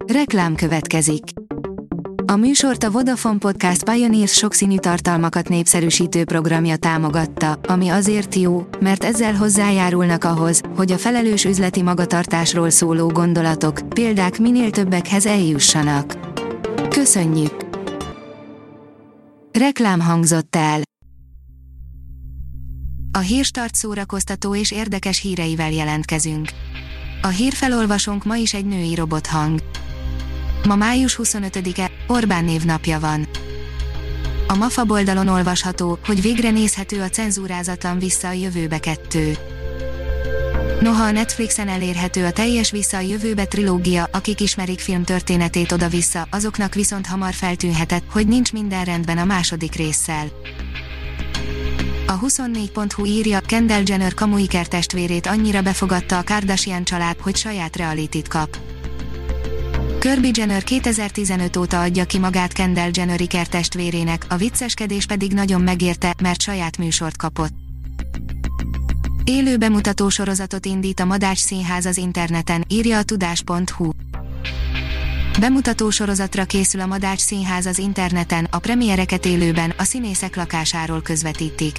Reklám következik. A műsort a Vodafone Podcast Pioneers sokszínű tartalmakat népszerűsítő programja támogatta, ami azért jó, mert ezzel hozzájárulnak ahhoz, hogy a felelős üzleti magatartásról szóló gondolatok, példák minél többekhez eljussanak. Köszönjük! Reklám hangzott el. A Hírstart szórakoztató és érdekes híreivel jelentkezünk. A hírfelolvasónk ma is egy női robothang. Ma május 25-e, Orbán névnapja van. A MAFA oldalon olvasható, hogy végre nézhető a Cenzúrázatlan Vissza a jövőbe 2. Noha a Netflixen elérhető a teljes Vissza a jövőbe trilógia, akik ismerik film történetét oda-vissza, azoknak viszont hamar feltűnhetett, hogy nincs minden rendben a második résszel. A 24.hu írja, Kendall Jenner kamuiker testvérét annyira befogadta a Kardashian család, hogy saját realityt kap. Kylie Jenner 2015 óta adja ki magát Kendall Jenner iker testvérének, a vicceskedés pedig nagyon megérte, mert saját műsort kapott. Élő bemutató sorozatot indít a Madách Színház az interneten, írja a tudás.hu. Bemutató sorozatra készül a Madách Színház az interneten, a premiereket élőben, a színészek lakásáról közvetítik.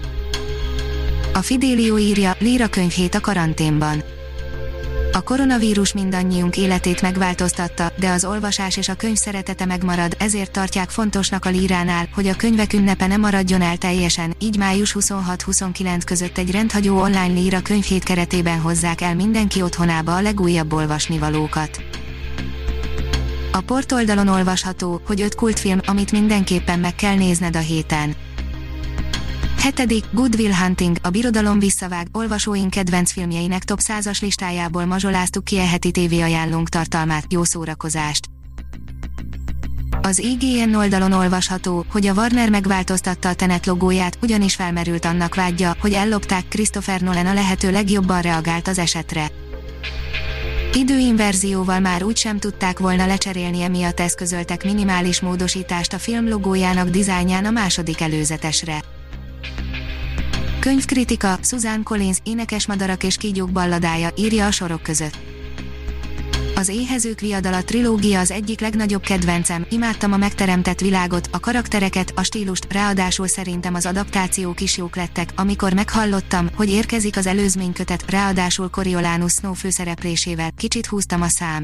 A Fidelio írja, Líra könyvhét a karanténban. A koronavírus mindannyiunk életét megváltoztatta, de az olvasás és a könyv szeretete megmarad, ezért tartják fontosnak a Líránál, hogy a könyvek ünnepe ne maradjon el teljesen, így május 26-29 között egy rendhagyó online Líra könyvhét keretében hozzák el mindenki otthonába a legújabb olvasnivalókat. A portoldalon olvasható, hogy 5 kultfilm, amit mindenképpen meg kell nézned a héten. 7. Good Will Hunting, a birodalom visszavág, olvasóink kedvenc filmjeinek top 100-as listájából mazsoláztuk ki e heti tévéajánlónk tartalmát, jó szórakozást! Az IGN oldalon olvasható, hogy a Warner megváltoztatta a Tenet logóját, ugyanis felmerült annak vágya, hogy ellopták. Christopher Nolan a lehető legjobban reagált az esetre. Időinverzióval már úgy sem tudták volna lecserélni, emiatt eszközöltek minimális módosítást a film logójának dizájnján a második előzetesre. Könyvkritika, Suzanne Collins, Énekesmadarak és kígyók balladája, írja a sorok között. Az Éhezők viadala trilógia az egyik legnagyobb kedvencem, imádtam a megteremtett világot, a karaktereket, a stílust, ráadásul szerintem az adaptációk is jók lettek, amikor meghallottam, hogy érkezik az előzménykötet, ráadásul Coriolanus Snow főszereplésével, kicsit húztam a szám.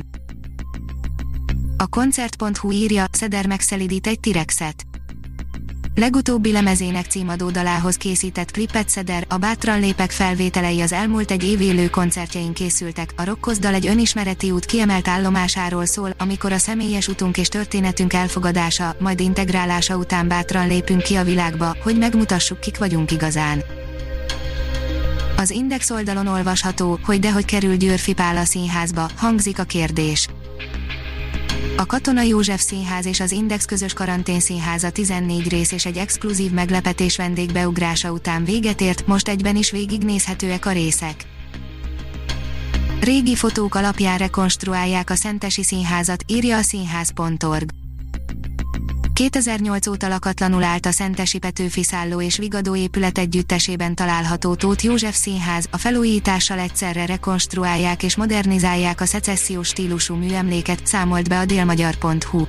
A koncert.hu írja, Szeder megszelidít egy T-rexet. Legutóbbi lemezének címadó dalához készített klipet Szeder, a Bátran lépek felvételei az elmúlt egy év élő koncertjein készültek, a rockozdal egy önismereti út kiemelt állomásáról szól, amikor a személyes utunk és történetünk elfogadása, majd integrálása után bátran lépünk ki a világba, hogy megmutassuk, kik vagyunk igazán. Az Index oldalon olvasható, hogy dehogy kerül Győrfi Pál a színházba, hangzik a kérdés. A Katona József Színház és az Index közös karanténszínháza 14 rész és egy exkluzív meglepetés vendégbeugrása után véget ért, most egyben is végignézhetőek a részek. Régi fotók alapján rekonstruálják a Szentesi Színházat, írja a színház.org. 2008 óta lakatlanul állt a Szentesi Petőfi Szálló és Vigadó épület együttesében található Tóth József Színház, a felújítással egyszerre rekonstruálják és modernizálják a szecessziós stílusú műemléket, számolt be a délmagyar.hu.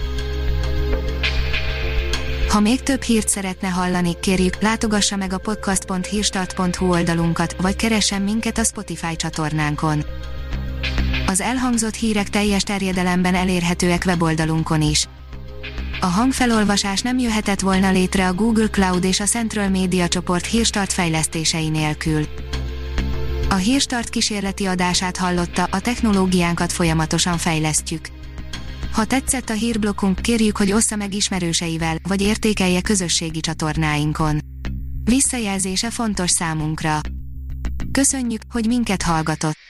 Ha még több hírt szeretne hallani, kérjük, látogassa meg a podcast.hírstart.hu oldalunkat, vagy keressen minket a Spotify csatornánkon. Az elhangzott hírek teljes terjedelemben elérhetőek weboldalunkon is. A hangfelolvasás nem jöhetett volna létre a Google Cloud és a Central Media csoport Hírstart fejlesztései nélkül. A Hírstart kísérleti adását hallotta, a technológiánkat folyamatosan fejlesztjük. Ha tetszett a hírblokkunk, kérjük, hogy ossza meg ismerőseivel, vagy értékelje közösségi csatornáinkon. Visszajelzése fontos számunkra. Köszönjük, hogy minket hallgatott!